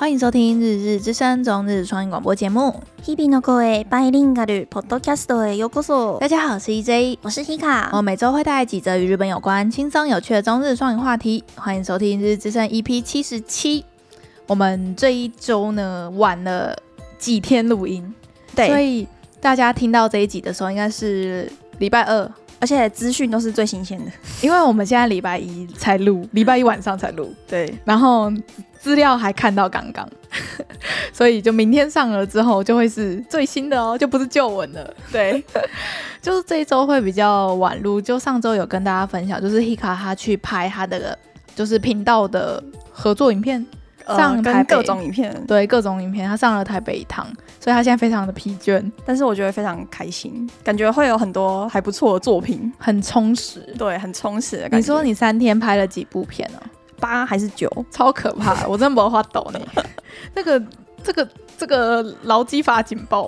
欢迎收听日日之声中日双语广播节目。 日々の声バイリンガルポッドキャストへようこそ。 大家好，我是 EJ， 我是 Hika。 我每周会带来几则与日本有关、轻松有趣的中日双语话题。欢迎收听日日之声 EP77。我们这一周呢晚了几天录音， 对， 所以大家听到这一集的时候应该是礼拜二， 而且资讯都是最新鲜的， 因为我们现在礼拜一才录，礼拜一晚上才录， 对， 然后资料还看到刚刚，所以就明天上了之后就会是最新的哦，就不是旧文了。对，就是这一周会比较晚录，就上周有跟大家分享，就是 Hika 他去拍他的就是频道的合作影片。上台北跟各种影片， 对，各种影片，他上了台北一趟，所以他现在非常的疲倦， 但是我觉得非常开心，感觉会有很多还不错的作品， 很充实， 对，很充实的感觉。 你说你3天拍了几部片呢 ？8还是9？ 超可怕的，我真的没法抖呢。这个劳基法警报。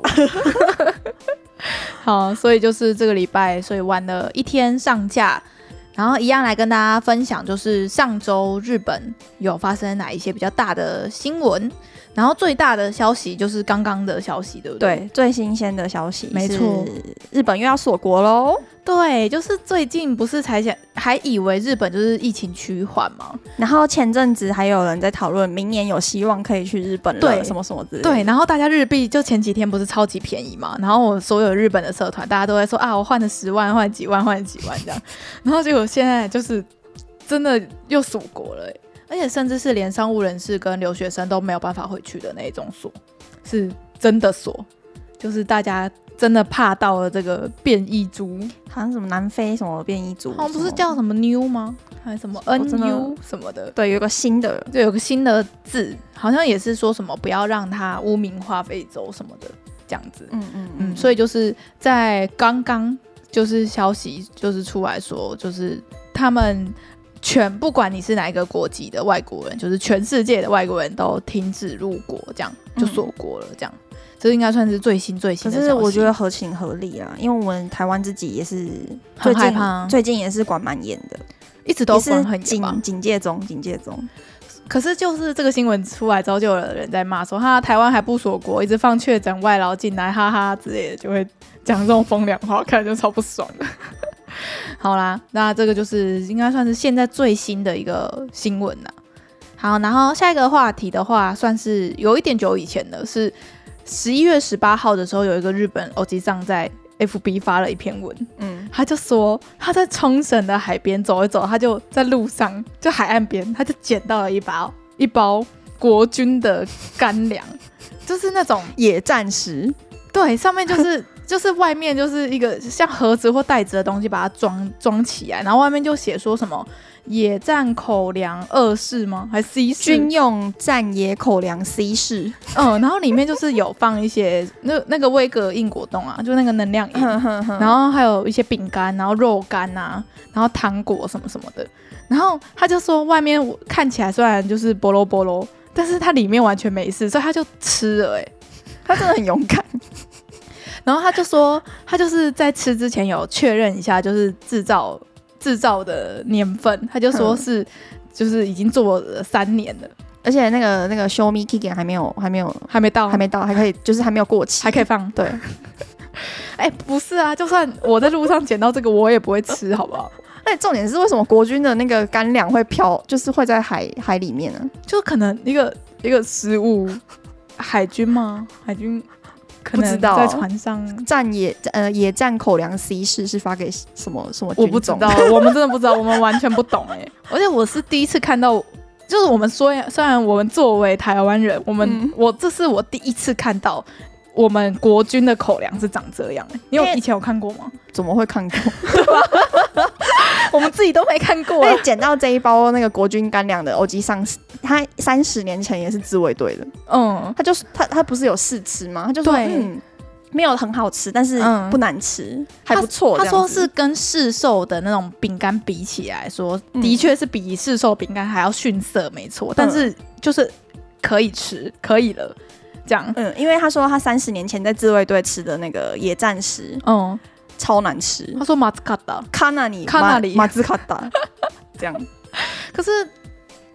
好，所以就是这个礼拜，所以晚了一天上架。然后一样来跟大家分享，就是上周日本有发生哪一些比较大的新闻，然后最大的消息就是刚刚的消息，对不对？ 对，最新鲜的消息， 没错， 日本又要锁国喽。 对，就是最近不是还以为日本就是疫情趋缓吗？ 然后前阵子还有人在讨论明年有希望可以去日本了， 对， 什么什么之类的。 对，然后大家日币就前几天不是超级便宜嘛，然后我所有日本的社团大家都在说啊，我换了10万，换了几万，换了几万这样，然后结果现在就是真的又锁国了，而且甚至是连商务人士跟留学生都没有办法回去的那种锁，是真的锁，就是大家真的怕到了这个变异株， 好像什么南非什么变异株， 好像不是叫什么 new 吗？还是什么 NU 什么的？ 对，有个新的， 对，有个新的字，好像也是说什么不要让它污名化非洲什么的这样子。所以就是在刚刚就是消息就是出来说，就是他们不管你是哪一个国籍的外国人，就是全世界的外国人都停止入国，这样就锁国了，这样。这应该算是最新的消息。 可是我觉得合情合理啊，因为我们台湾自己也是很害怕， 最近也是管蛮严的， 一直都管很严吧， 警戒中。 可是就是这个新闻出来之后，就有人在骂说，台湾还不锁国，一直放确诊外劳进来，哈哈之类的，就会讲这种风凉话，看着就超不爽的。好啦，那这个就是应该算是现在最新的一个新闻啦。好，然后下一个话题的话，算是有一点久以前的，是11月18号的时候，有一个日本欧吉桑在 FB 发了一篇文，他就说他在冲绳的海边走一走，他就在路上，就海岸边，他就捡到了一包国军的干粮，就是那种野战时，对， 上面就是外面就是一个像盒子或袋子的东西，把它装起来，然后外面就写说什么野战口粮2式吗？还是 C 式？ 军用战野口粮 C 式。 然后里面就是有放一些那个威格硬果冻啊，就那个能量饮，然后还有一些饼干，然后肉干啊，然后糖果什么什么的。然后他就说外面看起来虽然就是菠萝菠萝，但是它里面完全没事，所以他就吃了他真的很勇敢。 然后他就说，他就是在吃之前有确认一下，就是制造的年份，他就说是就是已经做了3年了， 而且那个 Show Me Kigen 还没到，还可以，就是还没有过期， 还可以放。 对， 不是啊，就算我在路上捡到这个，我也不会吃，好不好？ 那重点是为什么国军的那个干粮会飘，就是会在海里面呢？ 就可能一个食物，海军吗？海军。可能在船上野战口粮 C 式是发给什么军种？ 我不知道，我们真的不知道，我们完全不懂而且我是第一次看到，就是我们虽然我们作为台湾人，这是我第一次看到我们国军的口粮是长这样。你以前有看过吗？ 怎么会看过？ 我们自己都没看过。 捡到这一包那个国军干粮的欧吉桑，他30年前也是自卫队的。他不是有试吃吗？他就说没有很好吃，但是不难吃，还不错。 他说是跟市售的那种饼干比起来说，的确是比市售饼干还要逊色，没错。但是就是可以吃，可以了。这样， 因为他说他30年前在自卫队吃的那个野战时，超难吃。 他说马兹卡达， 卡那里马兹卡达，这样。 可是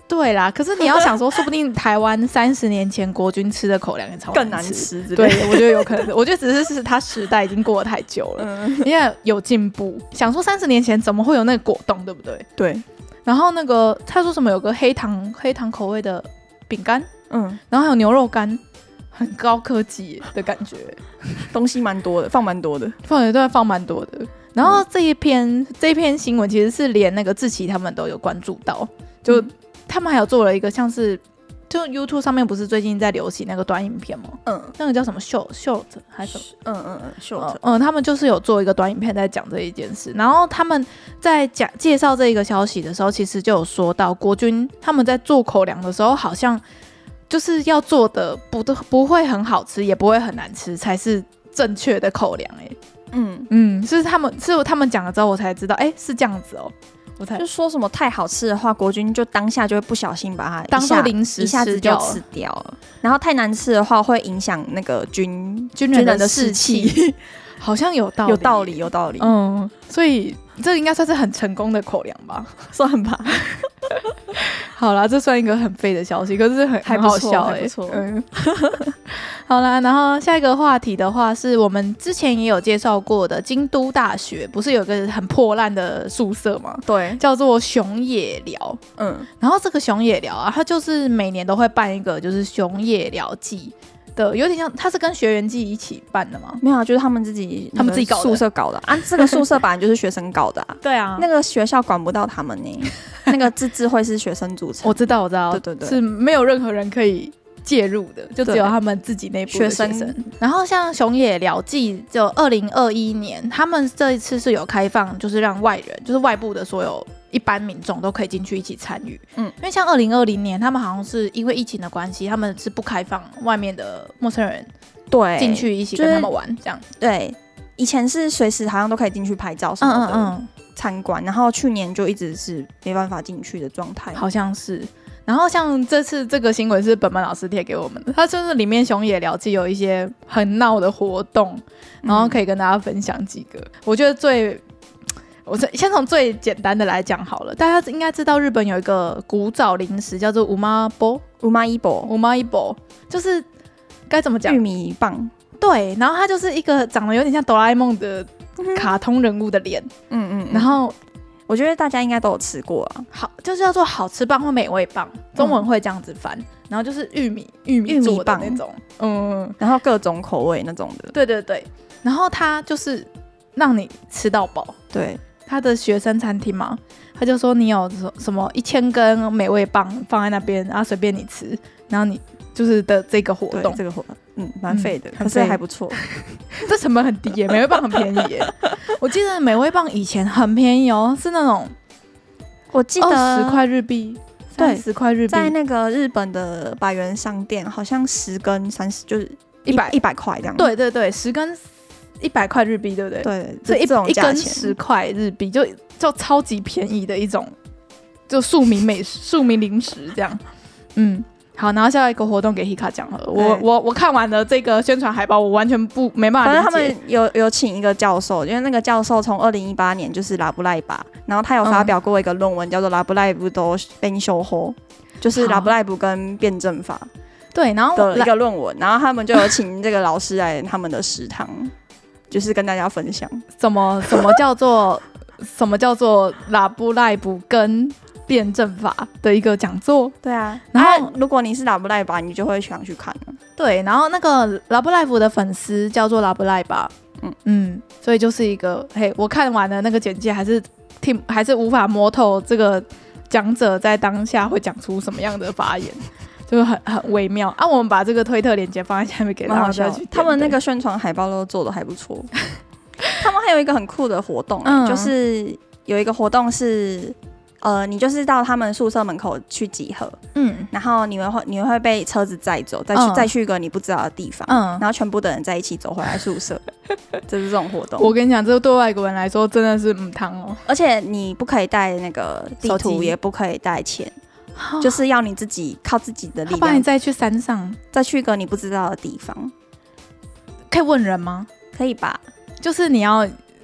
对啦，可是你要想说，说不定台湾30年前国军吃的口粮也超更难吃之类的。 对，我觉得有可能，我觉得只是他时代已经过得太久了，因为有进步。想说30年前怎么会有那个果冻，对不对？ 对。 然后那个他说什么有个黑糖口味的饼干，然后还有牛肉干，很高科技的感觉， 东西蛮多的，放蛮多的， 放蛮多的。然后这一篇新闻其实是连那个志祺他们都有关注到，就他们还有做了一个像是，就 YouTube 上面不是最近在流行那个短影片吗？那个叫什么 short 还是什么？short。他们就是有做一个短影片在讲这一件事，然后他们在介绍这一个消息的时候，其实就有说到国军他们在做口粮的时候，好像就是要做的不会很好吃，也不会很难吃，才是正确的口粮是他们讲了之后，我才知道，是这样子哦。 就说什么太好吃的话，国军就当下就会不小心把它当做零食一下子就吃掉了。然后太难吃的话，会影响那个军人的士气。 好像有道理。所以这应该算是很成功的口粮吧， 算吧。 好啦，这算一个很废的消息，可是很好笑还不错。 好啦，然后下一个话题的话，是我们之前也有介绍过的京都大学，不是有个很破烂的宿舍吗？ 对， 叫做熊野寮。然后这个熊野寮啊，它就是每年都会办一个就是熊野寮季。有点像，他是跟学员季一起办的吗？ 没有啊，就是他们自己搞的宿舍搞的啊。这个宿舍本来就是学生搞的啊。 对啊， 那个学校管不到他们呢。那个自治会是学生组成。 我知道， 对， 是没有任何人可以介入的，就只有他们自己内部的学生。然后像熊野寮季，就2021年，他们这一次是有开放，就是让外人，就是外部的所有一般民众都可以进去一起参与。因为像2020年，他们好像是因为疫情的关系，他们是不开放外面的陌生人进去一起跟他们玩，这样。 对，以前是随时好像都可以进去拍照什么的参观，然后去年就一直是没办法进去的状态， 好像是。然后像这次这个新闻是本本老师贴给我们的，他就是里面熊野寮季有一些很闹的活动，然后可以跟大家分享几个。我觉得我先从最简单的来讲好了，大家应该知道日本有一个古早零食叫做乌妈伊波，就是该怎么讲？ 玉米棒。 对，然后它就是一个长得有点像哆啦 A 梦的卡通人物的脸。然后我觉得大家应该都有吃过啊， 就是叫做好吃棒或美味棒，中文会这样子翻。然后就是玉米做的那种， 然后各种口味那种的。 对，然后它就是让你吃到饱。 对， 他的学生餐厅嘛，他就说你有什么1000根美味棒放在那边，然后随便你吃，然后你就是的这个活动， 这个活动，蛮废的，可是还不错。 这成本很低耶，美味棒很便宜耶。我记得美味棒以前很便宜哦，是那种我记得 20块日币，30块日币， 在那个日本的百元商店，好像10根30就是100块这样。 对10根100块日币，对不对？ 对， 所以一根 10 块日币就超级便宜的一种，就庶民零食这样。好，然后下一个活动给 Hika 讲了。我看完了这个宣传海报，我完全没办法理解。 反正他们有请一个教授，因为那个教授从2018年就是拉布赖吧，然后他有发表过一个論文，叫做拉布赖布都弁証法，就是拉布赖布跟辩证法对，然后的一个论文，然后他们就有请这个老师来他们的食堂，就是跟大家分享什么叫做拉布赖布跟辩证法的一个讲座。 对啊，然后如果你是拉布赖吧，你就会想去看。 对，然后那个拉布赖布的粉丝叫做拉布赖吧，所以就是一个我看完了那个简介，还是无法摸透这个讲者在当下会讲出什么样的发言。就很微妙啊！我们把这个推特链接放在下面给大家去。 他们那个宣传海报都做得还不错。他们还有一个很酷的活动，就是有一个活动是，你就是到他们宿舍门口去集合，然后你会被车子载走，再去一个你不知道的地方，然后全部的人在一起走回来宿舍，这是这种活动。 我跟你讲，这个对外国人来说真的是母汤哦， 而且你不可以带那个地图，也不可以带钱。就是要你自己靠自己的力量， 他把你再去山上， 再去一个你不知道的地方。 可以问人吗？ 可以吧， 就是你要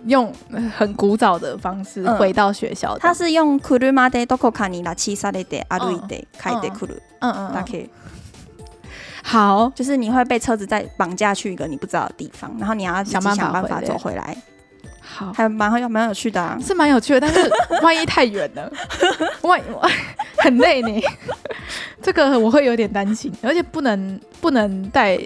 用很古早的方式回到学校。 他是用車でどこかに拉致されて歩いて帰ってくる。だけ。 好， 就是你会被车子再绑架去一个你不知道的地方，然后你要自己想办法走回来。 好， 还蛮有趣的啊， 是蛮有趣的，但是万一太远了，万一很累呢，这个我会有点担心，而且不能带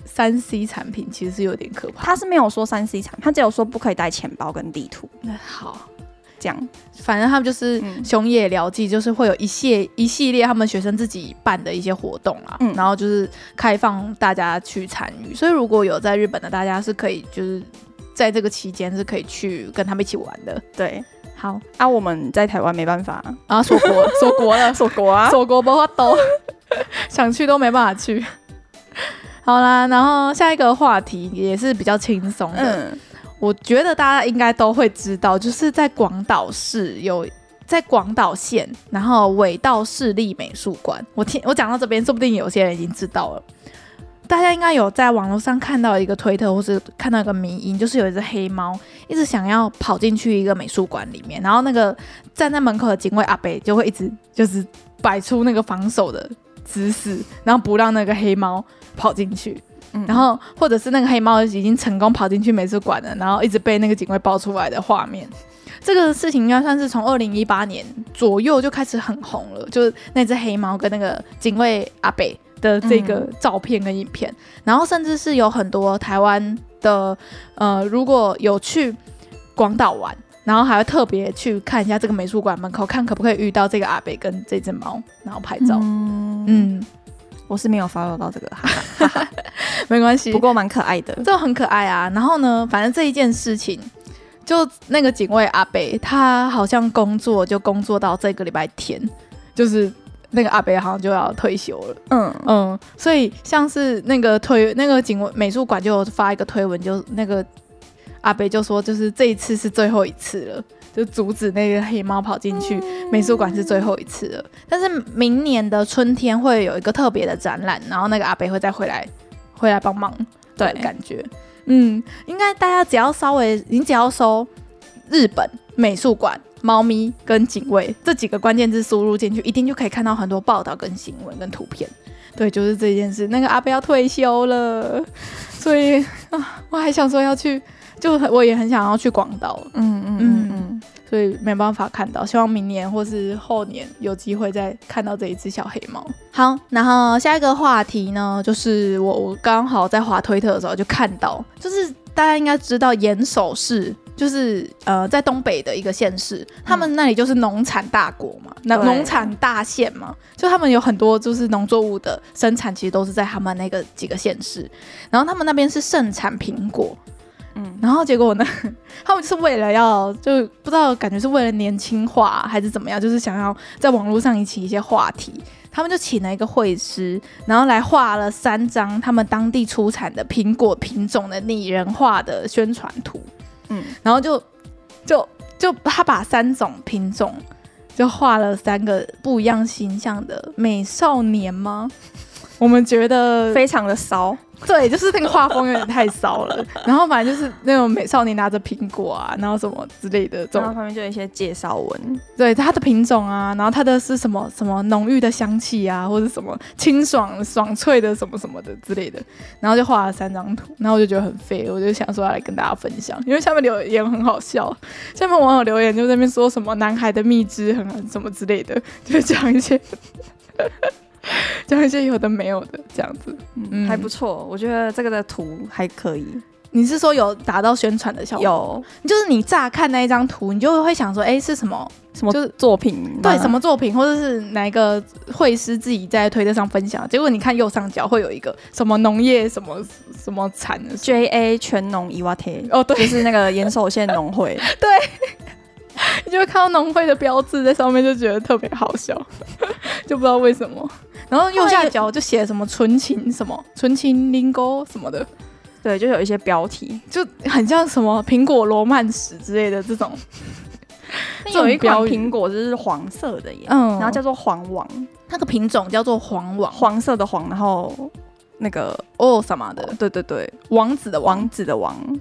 3C 产品，其实是有点可怕。 他是没有说3C 产品，他只有说不可以带钱包跟地图。 好， 这样， 反正他们就是熊野疗纪，就是会有一系列他们学生自己办的一些活动啦，然后就是开放大家去参与，所以如果有在日本的大家是可以就是在这个期间是可以去跟他们一起玩的。 对， 好啊，我们在台湾没办法啊，锁国了， 锁国啊， 锁国没法都想去都没办法去。好啦，然后下一个话题也是比较轻松的，我觉得大家应该都会知道，就是在广岛市在广岛县，然后尾道市立美术馆。我讲到这边，说不定有些人已经知道了。大家应该有在网络上看到一个推特，或是看到一个迷因，就是有一只黑猫一直想要跑进去一个美术馆里面，然后那个站在门口的警卫阿伯就会一直就是摆出那个防守的姿势，然后不让那个黑猫跑进去。然后或者是那个黑猫已经成功跑进去美术馆了，然后一直被那个警卫抱出来的画面。这个事情应该算是从2018年左右就开始很红了，就是那只黑猫跟那个警卫阿伯的这个照片跟影片，然后甚至是有很多台湾的如果有去广岛玩，然后还会特别去看一下这个美术馆门口，看可不可以遇到这个阿伯跟这只猫，然后拍照。 我是没有 follow 到这个， 没关系， 不过蛮可爱的， 这很可爱啊。然后呢，反正这一件事情，就那个警卫阿伯，他好像工作到这个礼拜天，就是那个阿伯好像就要退休了。所以像是那个警卫美术馆就有发一个推文，就那个阿伯就说，就是这一次是最后一次了。就阻止那个黑猫跑进去美术馆是最后一次了，但是明年的春天会有一个特别的展览，然后那个阿伯会再回来帮忙，对，感觉应该大家只要你只要搜日本美术馆、猫咪跟警卫这几个关键字输入进去，一定就可以看到很多报道跟新闻跟图片。对，就是这件事，那个阿伯要退休了，所以我还想说要去。我也很想要去广岛，所以没办法看到，希望明年或是后年有机会再看到这一只小黑猫。好，然后下一个话题呢，就是我刚好在滑推特的时候就看到，就是大家应该知道岩手市，就是在东北的一个县市，他们那里就是农产大国嘛，农产大县嘛，就他们有很多就是农作物的生产，其实都是在他们那个几个县市，然后他们那边是盛产苹果。然后结果呢，他们就是为了就不知道，感觉是为了年轻化还是怎么样，就是想要在网络上引起一些话题，他们就请了一个绘师，然后来画了3张他们当地出产的苹果品种的拟人化的宣传图。然后就他把3种品种就画了3个不一样形象的美少年吗？我们觉得非常的骚。 对，就是那个画风有点太骚了。然后反正就是那种美少年拿着苹果啊，然后什么之类的， 然后旁边就有一些介绍文， 对它的品种啊，然后它的是什么浓郁的香气啊，或者什么清爽脆的什么什么的之类的，然后就画了3张图，然后我就觉得很废，我就想说要来跟大家分享，因为下面留言很好笑，下面网友留言就在那边说什么男孩的蜜汁很什么之类的，就讲一些。讲一些有的没有的这样子， 还不错，我觉得这个的图还可以。 你是说有达到宣传的效果？ 有， 就是你乍看那一张图，你就会想说，是什么就是作品？ 对，什么作品，或者是哪一个绘师自己在推特上分享？结果你看右上角会有一个什么农业什么产的 JA 全农Iwate， 对， 就是那个岩手县农会， 对。你就会看到农会的标志在上面，就觉得特别好笑，就不知道为什么。然后右下角就写什么纯情林沟什么的， 对，就有一些标题， 就很像什么苹果罗曼史之类的这种。 有一款苹果就是黄色的耶，然后叫做黄王， 那个品种叫做黄王， 黄色的黄，然后那个什么的， 对对对， 王子的王。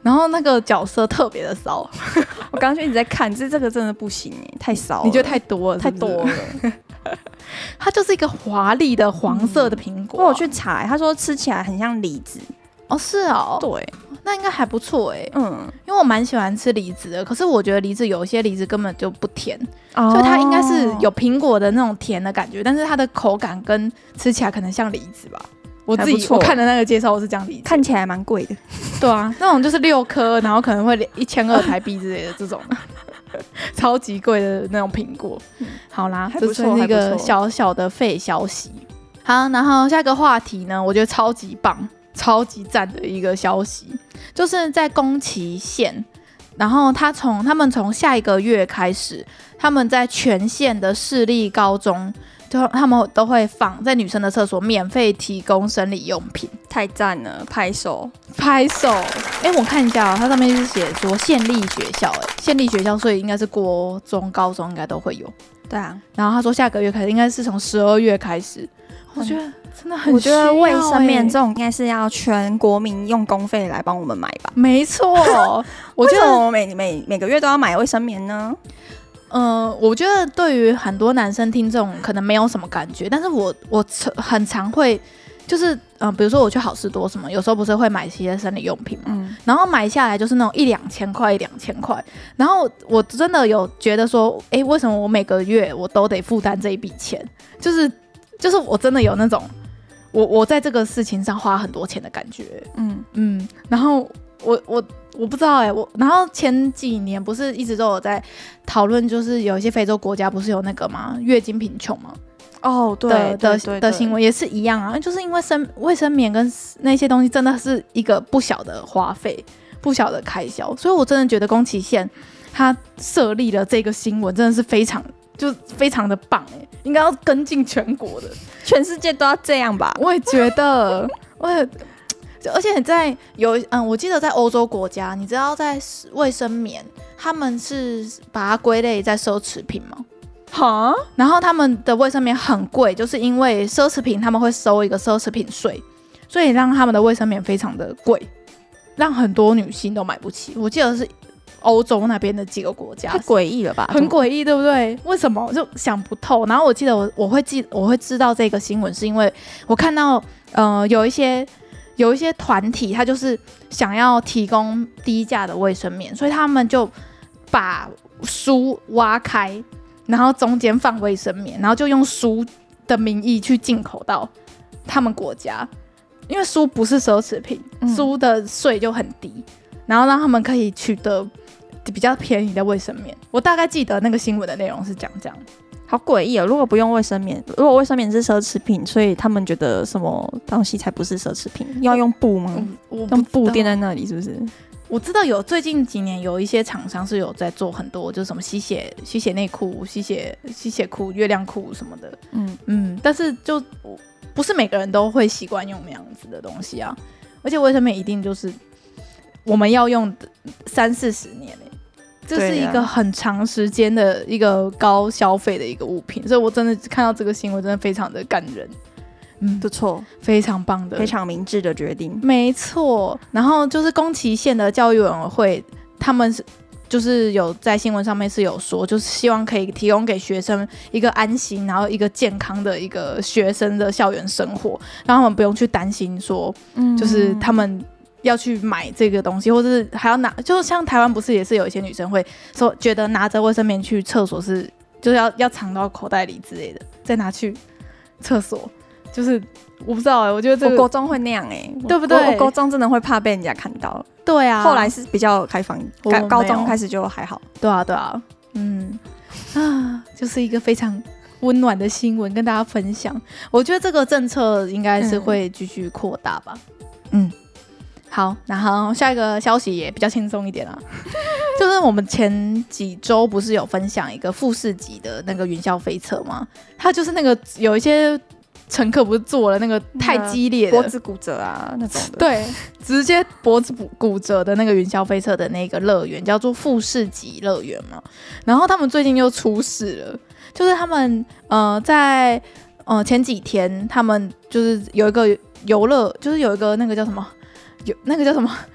然后那个角色特别的骚。 我刚刚就一直在看，这个真的不行太骚了， 你觉得太多了是不是？ 太多了。 它就是一个华丽的黄色的苹果。 我有去查，他说吃起来很像梨子。 哦，是哦， 对， 那应该还不错哎。因为我蛮喜欢吃梨子的，可是我觉得梨子有一些梨子根本就不甜，所以它应该是有苹果的那种甜的感觉，但是它的口感跟吃起来可能像梨子吧。我自己我看的那个介绍我是这样理解， 看起来蛮贵的。 对啊，那种就是6颗，然后可能会1200台币之类的这种超级贵的那种苹果。好啦，这是一个小小的废消息。好，然后下一个话题呢，我觉得超级棒、超级赞的一个消息，就是在宫崎县，然后他们从下一个月开始，他们在全县的市立高中。就他们都会放在女生的厕所免费提供生理用品， 太赞了，拍手拍手！我看一下它上面是写说县立学校，县立学校，所以应该是国中、高中应该都会有。 对啊， 然后他说下个月开始，应该是从12月开始。我觉得真的很， 我觉得卫生棉这种应该是要全国民用公费来帮我们买吧？ 没错，我觉得我每个月都要买卫生棉呢。 我觉得对于很多男生听众可能没有什么感觉，但是我很常会就是比如说我去好事多什么，有时候不是会买一些生理用品嘛，然后买下来就是那种1-2千块1-2千块，然后我真的有觉得说，为什么我每个月我都得负担这一笔钱？就是我真的有那种我在这个事情上花很多钱的感觉，然后我不知道然后前几年不是一直都有在讨论，就是有一些非洲国家不是有那个吗？月经贫穷吗？ 哦，对的新闻也是一样啊，就是因为卫生棉跟那些东西真的是一个不小的花费、不小的开销，所以我真的觉得宫崎县他设立了这个新闻真的是非常的棒应该要跟进全国的， 全世界都要这样吧？ 我也觉得，而且我记得在欧洲国家，你知道在卫生棉他们是把它归类在奢侈品吗？ 哈， 然后他们的卫生棉很贵，就是因为奢侈品他们会收一个奢侈品税，所以让他们的卫生棉非常的贵，让很多女性都买不起。我记得是欧洲那边的几个国家， 太诡异了吧？ 很诡异，对不对？为什么就想不透？然后我记得我会知道这个新闻，是因为我看到有一些团体，他就是想要提供低价的卫生棉，所以他们就把书挖开，然后中间放卫生棉，然后就用书的名义去进口到他们国家，因为书不是奢侈品，书的税就很低，然后让他们可以取得比较便宜的卫生棉。我大概记得那个新闻的内容是讲这样。 好诡异哦！如果不用卫生棉，如果卫生棉是奢侈品，所以他们觉得什么东西才不是奢侈品？要用布吗？用布垫在那里是不是？ 我知道最近几年有一些厂商是有在做很多，就是什么吸血内裤、吸血裤、月亮裤什么的。但是就不是每个人都会习惯用那样子的东西啊。而且卫生棉一定就是我们要用30-40年这是一个很长时间的一个高消费的一个物品，所以我真的看到这个新闻真的非常的感人。 不错， 非常棒的， 非常明智的决定， 没错。然后就是宫崎县的教育委员会，他们就是有在新闻上面是有说，就是希望可以提供给学生一个安心，然后一个健康的一个学生的校园生活，让他们不用去担心说，就是他们要去买这个东西，或者是还要拿，就像台湾不是也是有一些女生会说，觉得拿着卫生棉去厕所就是要藏到口袋里之类的，再拿去厕所。就是我不知道我觉得我国中会那样对不对？ 我国中真的会怕被人家看到。 对啊， 后来是比较开放，高中开始就还好。 对啊，就是一个非常温暖的新闻跟大家分享。我觉得这个政策应该是会继续扩大吧。好，然后下一个消息也比较轻松一点就是我们前几周不是有分享一个富士急的那个云霄飞车吗？它就是那个有一些乘客不是坐了那个太激烈的脖子骨折啊那种的， 对，直接脖子骨折的那个云霄飞车的那个乐园叫做富士急乐园嘛。然后他们最近又出事了，就是他们在前几天他们就是有一个游乐，就是有一个那个叫什么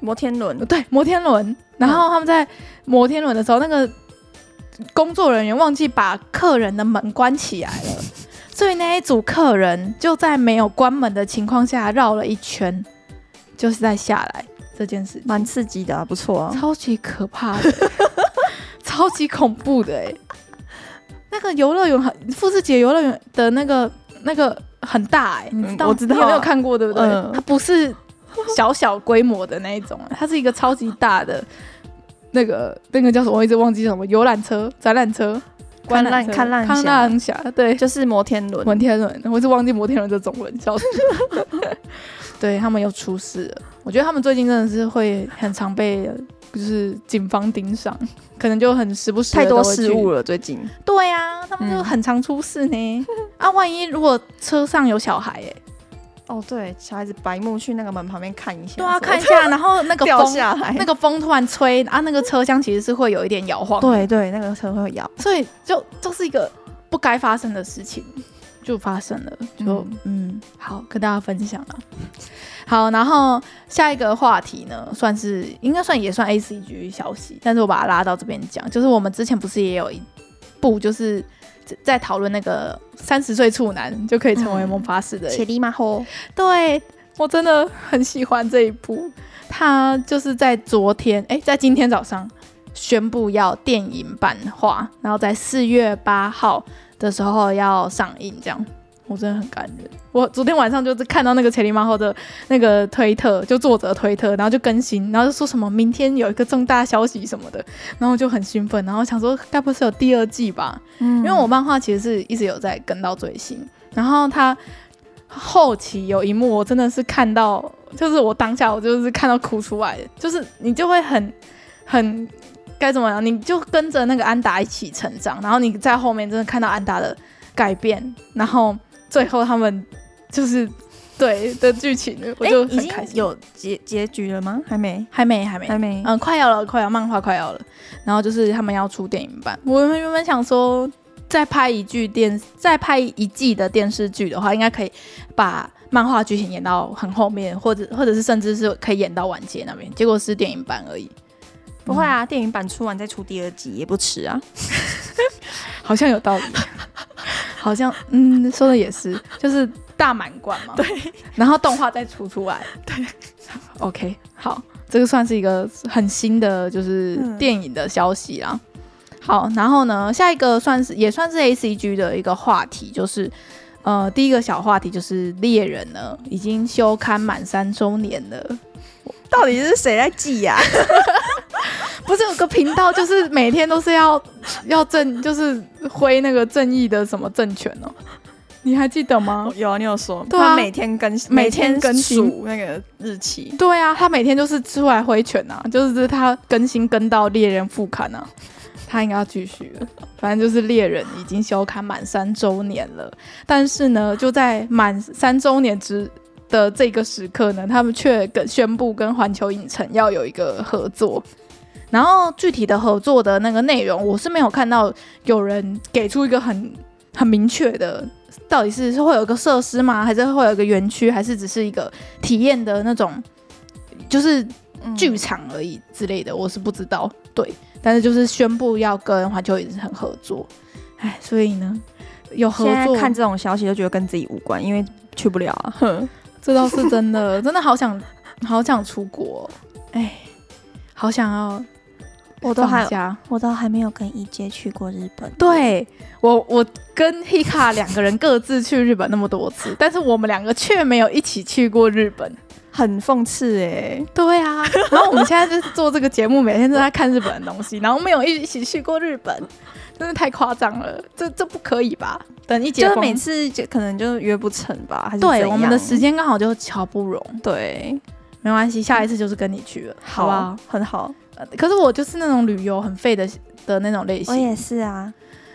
摩天轮， 对，摩天轮。然后他们在摩天轮的时候，那个工作人员忘记把客人的门关起来了，所以那一组客人就在没有关门的情况下绕了一圈，就是在下来这件事， 蛮刺激的啊，不错啊， 超级可怕的，超级恐怖的哎。那个游乐园富士急游乐园的那个很大哎，你知道？ 我知道， 你有没有看过？对不对？它不是小规模的那一种，它是一个超级大的那个叫什么？我一直忘记什么游览车、展览车、 看浪峡，对， 就是摩天轮。 我是忘记摩天轮这种人，笑死。对，他们又出事了。我觉得他们最近真的是会很常被就是警方盯上，可能就很时不时的太多事物了最近。 对啊，他们就很常出事呢。万一如果车上有小孩哦，对，小孩子白目去那个门旁边看一下， 对啊，看一下，然后那个掉下来， 那个风突然吹啊，那个车厢其实是会有一点摇晃， 对，那个车会摇， 所以就是一个不该发生的事情，就发生了，好跟大家分享了。好，然后下一个话题呢，应该也算 ACG 消息，但是我把它拉到这边讲，就是我们之前不是也有一部就是在讨论那个30岁处男就可以成为魔法使的切里马后， 对，我真的很喜欢这一部。他就是在在今天早上宣布要电影版化，然后在4月8号的时候要上映，这样我真的很感人。我昨天晚上就是看到那个切里马后的那个推特，就作者推特，然后就更新，然后就说什么明天有一个重大消息什么的，然后就很兴奋，然后想说该不是有第2季吧？因为我漫画其实是一直有在跟到最新，然后他后期有一幕我真的是看到，就是我当下我就是看到哭出来的，就是你就会很该怎么样，你就跟着那个安达一起成长，然后你在后面真的看到安达的改变，然后最后他们就是对的剧情，我就很开心。 已经有结局了吗？还没， 快要了，漫画快要了。然后就是他们要出电影版，我们原本想说再拍一季的电视剧的话，应该可以把漫画剧情演到很后面，或者是甚至是可以演到完结那边，结果是电影版而已。 不会啊，电影版出完再出第2季也不迟啊。 好像有道理，好像说的也是，就是大满贯嘛。 对， 然后动画再出来。 对 ，OK， 好，这个算是一个很新的就是电影的消息啦。好，然后呢，下一个也算是 ACG 的一个话题，就是第一个小话题就是猎人呢已经休刊满3周年了。 到底是谁在记呀？ 不是有个频道，就是每天都是要就是挥那个正义的什么政权哦？你还记得吗？ 有啊，你有说， 对啊， 他每天更新那个日期。 对啊，他每天就是出来挥拳啊，就是他更新跟到猎人复刊啊，他应该要继续了。反正就是猎人已经休刊满3周年了，但是呢，就在满3周年的这个时刻呢，他们却宣布跟环球影城要有一个合作。然后具体的合作的那个内容，我是没有看到有人给出一个很明确的，到底是会有一个设施吗？还是会有一个园区？还是只是一个体验的那种，就是剧场而已之类的？我是不知道。对，但是就是宣布要跟环球影城合作。哎，所以呢，有合作， 现在看这种消息就觉得跟自己无关，因为去不了啊。 这倒是真的，真的好想出国，哎，好想要。我都还没有跟EJ去过日本。 对，我跟 Hika 2个人各自去日本那么多次，但是我们2个却没有一起去过日本， 很讽刺欸。 对啊，然后我们现在就是做这个节目，每天都在看日本的东西，然后没有一起去过日本，真的太夸张了，这不可以吧？等一解封， 就每次可能就约不成吧，还是对，我们的时间刚好就瞧不拢。 对， 没关系，下一次就是跟你去了，好吧？ 很好。 可是我就是那种旅游很废的那种类型。 我也是啊，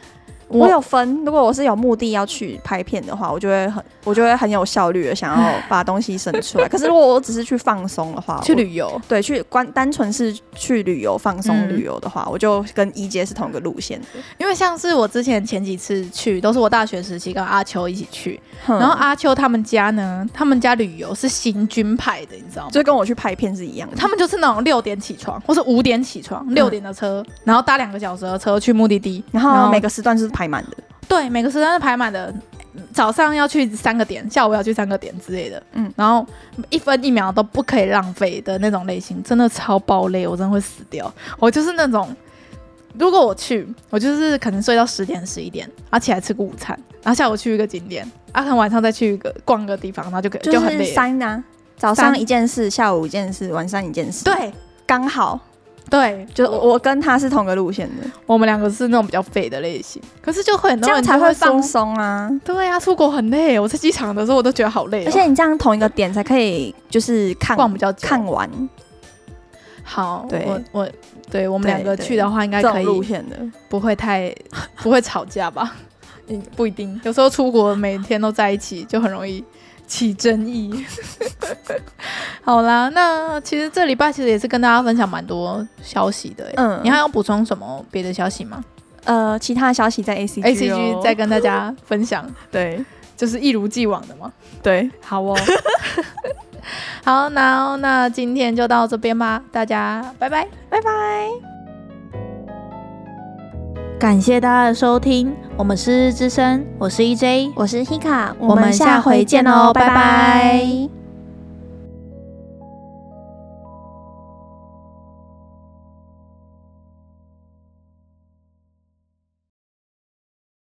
我有分，如果我是有目的要去拍片的话，我就会很有效率的想要把东西生出来。可是如果我只是去放松的话， 去旅游， 对，单纯是去旅游放松旅游的话，我就跟一阶是同一个路线的。 因为像是我之前前几次去，都是我大学时期跟阿秋一起去，然后阿秋他们家呢，他们家旅游是行军派的，你知道吗？ 就跟我去拍片是一样的。 他们就是那种6点起床，或是5点起床，6点的车，然后搭2个小时的车去目的地， 然后每个时段是排满的。 对，每个时段是排满的。早上要去3个点，下午要去3个点之类的，然后1分1秒都不可以浪费的那种类型，真的超爆累，我真的会死掉。我就是那种，如果我去，我就是可能睡到10点11点，然后起来吃个午餐，然后下午去一个景点，可能晚上再去逛个地方，然后就很累了。 3啊，早上一件事，下午一件事，晚上一件事， 对， 刚好。 对， 就我跟他是同个路线的， 我们2个是那种比较废的类型，可是就会很多人这样才会放松啊。 对啊，出国很累，我在机场的时候我都觉得好累， 而且你这样同一个点才可以就是逛比较久， 看完。 好，对我们2个去的话，应该可以路线的， 不会吵架吧？不一定，有时候出国每天都在一起，就很容易起争议。好啦，那其实这礼拜其实也是跟大家分享蛮多消息的，你还要补充什么别的消息吗？ 其他的消息在 ACG 再跟大家分享。 对， 就是一如既往的嘛。 对， 好哦。好，那今天就到这边吧，大家拜拜， 拜拜。 感谢大家的收听，我们是日之声，我是 EJ， 我是 Hika， 我们下回见哦，拜拜。